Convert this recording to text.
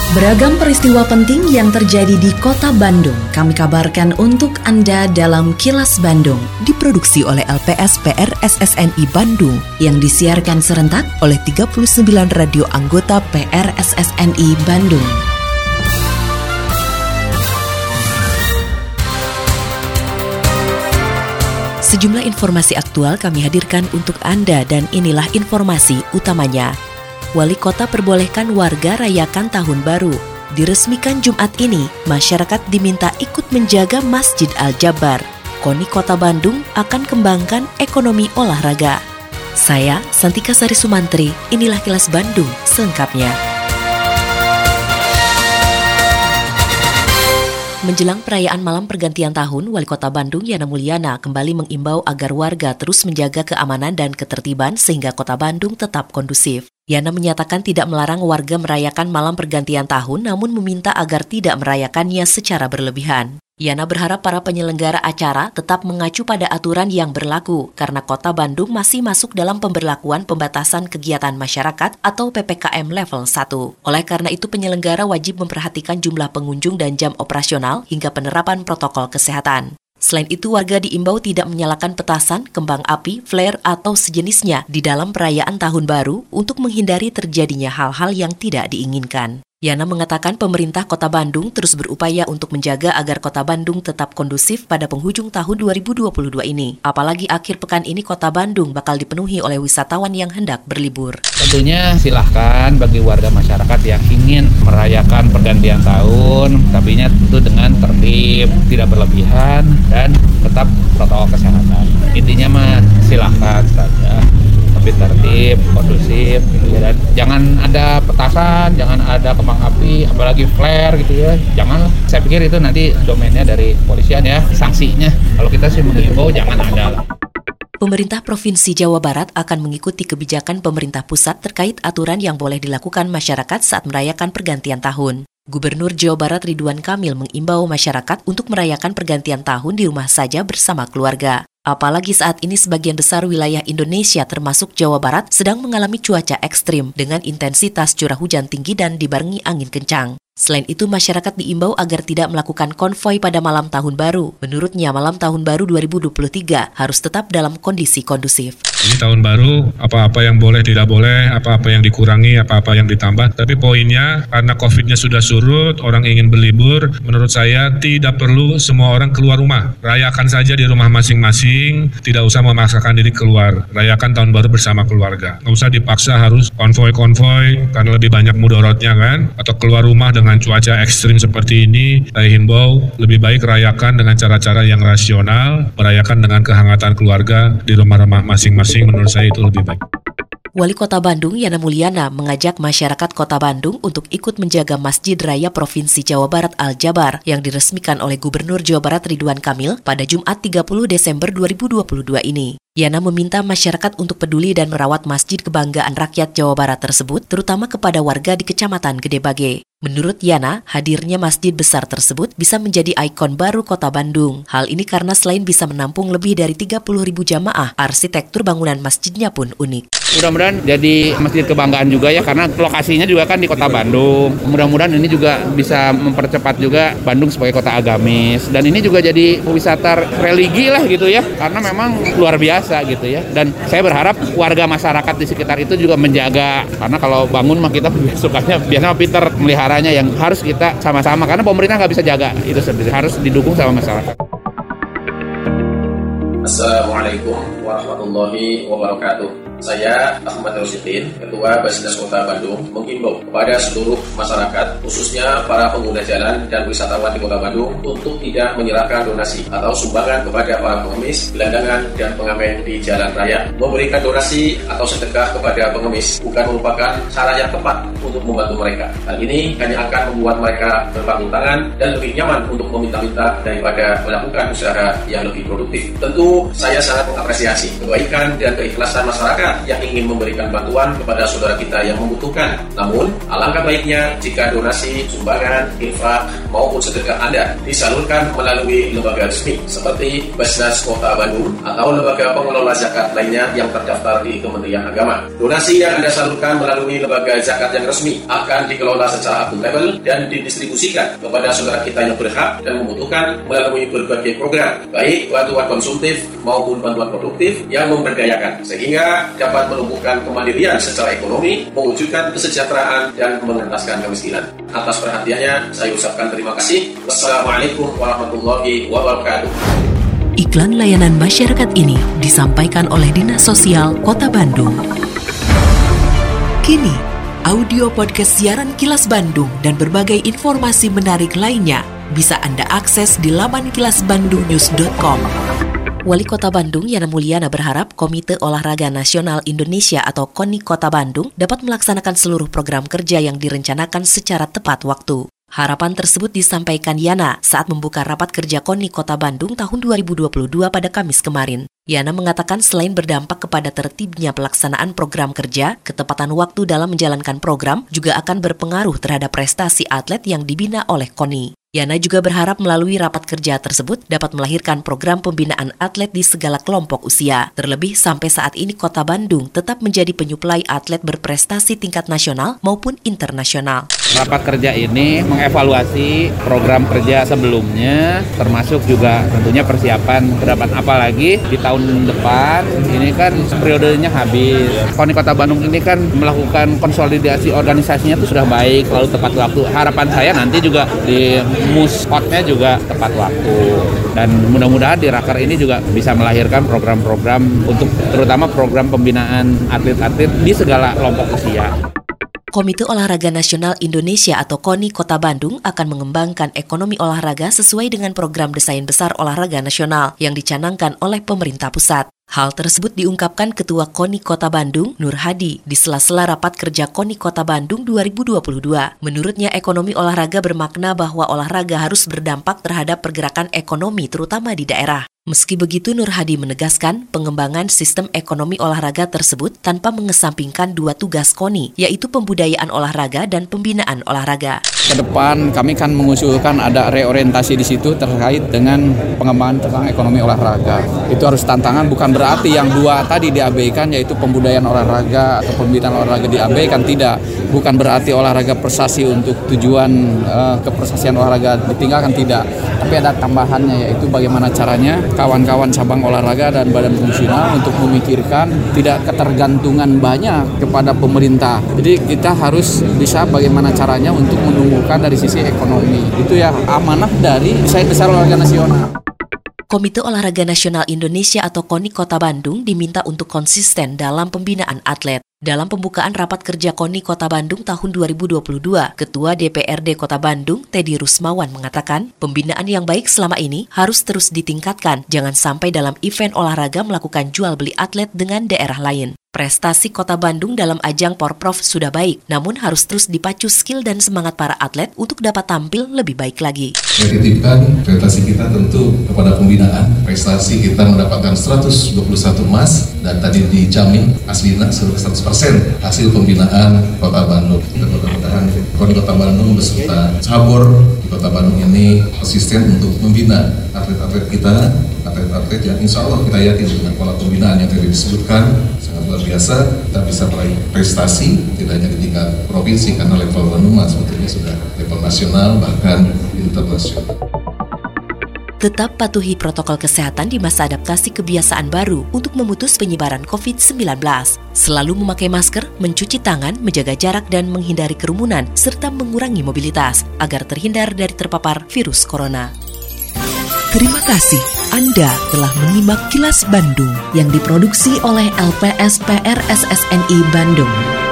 Beragam peristiwa penting yang terjadi di Kota Bandung kami kabarkan untuk Anda dalam Kilas Bandung. Diproduksi oleh LPSPR SSNI Bandung yang disiarkan serentak oleh 39 radio anggota PRSSNI Bandung. Sejumlah informasi aktual kami hadirkan untuk Anda dan inilah informasi utamanya. Wali Kota perbolehkan warga rayakan Tahun Baru. Diresmikan Jumat ini, masyarakat diminta ikut menjaga Masjid Al-Jabar. KONI Kota Bandung akan kembangkan ekonomi olahraga. Saya, Santika Sari Sumantri, inilah Kilas Bandung selengkapnya. Menjelang perayaan malam pergantian tahun, Wali Kota Bandung Yana Mulyana kembali mengimbau agar warga terus menjaga keamanan dan ketertiban sehingga Kota Bandung tetap kondusif. Yana menyatakan tidak melarang warga merayakan malam pergantian tahun, namun meminta agar tidak merayakannya secara berlebihan. Yana berharap para penyelenggara acara tetap mengacu pada aturan yang berlaku, karena Kota Bandung masih masuk dalam pemberlakuan pembatasan kegiatan masyarakat atau PPKM level 1. Oleh karena itu, penyelenggara wajib memperhatikan jumlah pengunjung dan jam operasional hingga penerapan protokol kesehatan. Selain itu, warga diimbau tidak menyalakan petasan, kembang api, flare, atau sejenisnya di dalam perayaan Tahun Baru untuk menghindari terjadinya hal-hal yang tidak diinginkan. Yana mengatakan pemerintah Kota Bandung terus berupaya untuk menjaga agar Kota Bandung tetap kondusif pada penghujung tahun 2022 ini. Apalagi akhir pekan ini Kota Bandung bakal dipenuhi oleh wisatawan yang hendak berlibur. Tentunya silahkan bagi warga masyarakat yang ingin merayakan pergantian tahun, tapi tentu dengan tertib, tidak berlebihan, dan tetap protokol kesehatan. Intinya mah silahkan saja. Lebih tertib, kondusif, gitu ya. Dan jangan ada petasan, jangan ada kembang api, apalagi flare gitu ya. Jangan, saya pikir itu nanti domainnya dari kepolisian ya, sanksinya. Kalau kita sih mengimbau jangan ada. Pemerintah Provinsi Jawa Barat akan mengikuti kebijakan pemerintah pusat terkait aturan yang boleh dilakukan masyarakat saat merayakan pergantian tahun. Gubernur Jawa Barat Ridwan Kamil mengimbau masyarakat untuk merayakan pergantian tahun di rumah saja bersama keluarga. Apalagi saat ini sebagian besar wilayah Indonesia termasuk Jawa Barat sedang mengalami cuaca ekstrim dengan intensitas curah hujan tinggi dan dibarengi angin kencang. Selain itu, masyarakat diimbau agar tidak melakukan konvoi pada malam Tahun Baru. Menurutnya, malam Tahun Baru 2023 harus tetap dalam kondisi kondusif. Ini tahun baru, apa-apa yang boleh, tidak boleh, apa-apa yang dikurangi, apa-apa yang ditambah. Tapi poinnya, karena COVID-nya sudah surut, orang ingin berlibur, menurut saya tidak perlu semua orang keluar rumah. Rayakan saja di rumah masing-masing, tidak usah memaksakan diri keluar. Rayakan tahun baru bersama keluarga. Nggak usah dipaksa harus konvoi-konvoi, karena lebih banyak mudorotnya kan, atau keluar rumah dengan cuaca ekstrim seperti ini. Saya himbau, lebih baik rayakan dengan cara-cara yang rasional, merayakan dengan kehangatan keluarga di rumah-rumah masing-masing. Menurut saya itu lebih baik. Wali Kota Bandung Yana Mulyana mengajak masyarakat Kota Bandung untuk ikut menjaga Masjid Raya Provinsi Jawa Barat Al-Jabar yang diresmikan oleh Gubernur Jawa Barat Ridwan Kamil pada Jumat 30 Desember 2022 ini. Yana meminta masyarakat untuk peduli dan merawat Masjid Kebanggaan Rakyat Jawa Barat tersebut, terutama kepada warga di Kecamatan Gedebage. Menurut Yana, hadirnya masjid besar tersebut bisa menjadi ikon baru Kota Bandung. Hal ini karena selain bisa menampung lebih dari 30.000 jamaah, arsitektur bangunan masjidnya pun unik. Mudah-mudahan jadi masjid kebanggaan juga ya, karena lokasinya juga kan di Kota Bandung. Mudah-mudahan ini juga bisa mempercepat juga Bandung sebagai kota agamis. Dan ini juga jadi wisata religi lah gitu ya, karena memang luar biasa gitu ya. Dan saya berharap warga masyarakat di sekitar itu juga menjaga, karena kalau bangun mah kita sukanya biasanya Peter meliharanya, yang harus kita sama-sama, karena pemerintah nggak bisa jaga itu sendiri, harus didukung sama masyarakat. Assalamualaikum warahmatullahi wabarakatuh. Saya Ahmad Rosidin, Ketua Basnas Kota Bandung, menghimbau kepada seluruh masyarakat, khususnya para pengguna jalan dan wisatawan di Kota Bandung, untuk tidak menyerahkan donasi atau sumbangan kepada para pengemis, gelandangan, dan pengamen di jalan raya. Memberikan donasi atau sedekah kepada pengemis bukan merupakan cara yang tepat untuk membantu mereka. Hal ini hanya akan membuat mereka berpanggung tangan dan lebih nyaman untuk meminta-minta daripada melakukan usaha yang lebih produktif. Tentu saya sangat mengapresiasi mengapresiasi kebaikan dan keikhlasan masyarakat yang ingin memberikan bantuan kepada saudara kita yang membutuhkan. Namun, alangkah baiknya jika donasi, sumbangan, infak, maupun sedekah Anda disalurkan melalui lembaga resmi seperti Basnas Kota Bandung atau lembaga pengelola zakat lainnya yang terdaftar di Kementerian Agama. Donasi yang Anda salurkan melalui lembaga zakat yang resmi akan dikelola secara akuntabel dan didistribusikan kepada saudara kita yang berhak dan membutuhkan melalui berbagai program, baik bantuan konsumtif maupun bantuan produktif yang memberdayakan, sehingga dapat menumbuhkan kemandirian secara ekonomi, mewujudkan kesejahteraan dan mengentaskan kemiskinan. Atas perhatiannya, saya ucapkan terima kasih. Wassalamualaikum warahmatullahi wabarakatuh. Iklan layanan masyarakat ini disampaikan oleh Dinas Sosial Kota Bandung. Kini, audio podcast siaran Kilas Bandung dan berbagai informasi menarik lainnya bisa Anda akses di laman kilasbandungnews.com. Wali Kota Bandung Yana Mulyana berharap Komite Olahraga Nasional Indonesia atau KONI Kota Bandung dapat melaksanakan seluruh program kerja yang direncanakan secara tepat waktu. Harapan tersebut disampaikan Yana saat membuka rapat kerja KONI Kota Bandung tahun 2022 pada Kamis kemarin. Yana mengatakan selain berdampak kepada tertibnya pelaksanaan program kerja, ketepatan waktu dalam menjalankan program juga akan berpengaruh terhadap prestasi atlet yang dibina oleh KONI. Yana juga berharap melalui rapat kerja tersebut dapat melahirkan program pembinaan atlet di segala kelompok usia. Terlebih sampai saat ini Kota Bandung tetap menjadi penyuplai atlet berprestasi tingkat nasional maupun internasional. Rapat kerja ini mengevaluasi program kerja sebelumnya, termasuk juga tentunya persiapan kedepan, apalagi di tahun depan ini kan periodenya habis. KONI Kota Bandung ini kan melakukan konsolidasi organisasinya itu sudah baik, lalu tepat waktu. Harapan saya nanti juga di muspotnya juga tepat waktu, dan mudah-mudahan di raker ini juga bisa melahirkan program-program untuk terutama program pembinaan atlet-atlet di segala kelompok usia. Komite Olahraga Nasional Indonesia atau KONI Kota Bandung akan mengembangkan ekonomi olahraga sesuai dengan program desain besar olahraga nasional yang dicanangkan oleh pemerintah pusat. Hal tersebut diungkapkan Ketua KONI Kota Bandung, Nur Hadi, di sela-sela rapat kerja KONI Kota Bandung 2022. Menurutnya, ekonomi olahraga bermakna bahwa olahraga harus berdampak terhadap pergerakan ekonomi terutama di daerah. Meski begitu, Nur Hadi menegaskan pengembangan sistem ekonomi olahraga tersebut tanpa mengesampingkan dua tugas KONI, yaitu pembudayaan olahraga dan pembinaan olahraga. Ke depan kami kan mengusulkan ada reorientasi di situ terkait dengan pengembangan tentang ekonomi olahraga. Itu harus tantangan, bukan berarti yang dua tadi diabaikan, yaitu pembudayaan olahraga atau pembinaan olahraga diabaikan, tidak. Bukan berarti olahraga prestasi untuk tujuan keprestasian olahraga ditinggalkan, tidak. Tapi ada tambahannya, yaitu bagaimana caranya kawan-kawan cabang olahraga dan badan fungsional untuk memikirkan tidak ketergantungan banyak kepada pemerintah. Jadi kita harus bisa bagaimana caranya untuk menumbuhkan dari sisi ekonomi. Itu ya amanah dari desain besar olahraga nasional. Komite Olahraga Nasional Indonesia atau KONI Kota Bandung diminta untuk konsisten dalam pembinaan atlet. Dalam pembukaan rapat kerja KONI Kota Bandung tahun 2022, Ketua DPRD Kota Bandung, Teddy Rusmawan mengatakan, pembinaan yang baik selama ini harus terus ditingkatkan. Jangan sampai dalam event olahraga melakukan jual beli atlet dengan daerah lain. Prestasi Kota Bandung dalam ajang Porprov sudah baik, namun harus terus dipacu skill dan semangat para atlet untuk dapat tampil lebih baik lagi. Saya titipkan prestasi kita tentu kepada pembinaan. Prestasi kita mendapatkan 121 emas dan tadi dijamin aslina 100% hasil pembinaan Kota Bandung. Dan mudah-mudahan KONI Kota Bandung beserta cabur di Kota Bandung ini konsisten untuk membina atlet-atlet kita, atlet-atlet yang insya Allah kita yakin dengan pola pembinaan yang tadi disebutkan sangat luar biasa, kita bisa meraih prestasi tidak hanya di tingkat provinsi karena level Bandung sebetulnya sudah level nasional bahkan internasional. Tetap patuhi protokol kesehatan di masa adaptasi kebiasaan baru untuk memutus penyebaran COVID-19. Selalu memakai masker, mencuci tangan, menjaga jarak dan menghindari kerumunan, serta mengurangi mobilitas agar terhindar dari terpapar virus corona. Terima kasih Anda telah menyimak Kilas Bandung yang diproduksi oleh LPSPR SSNI Bandung.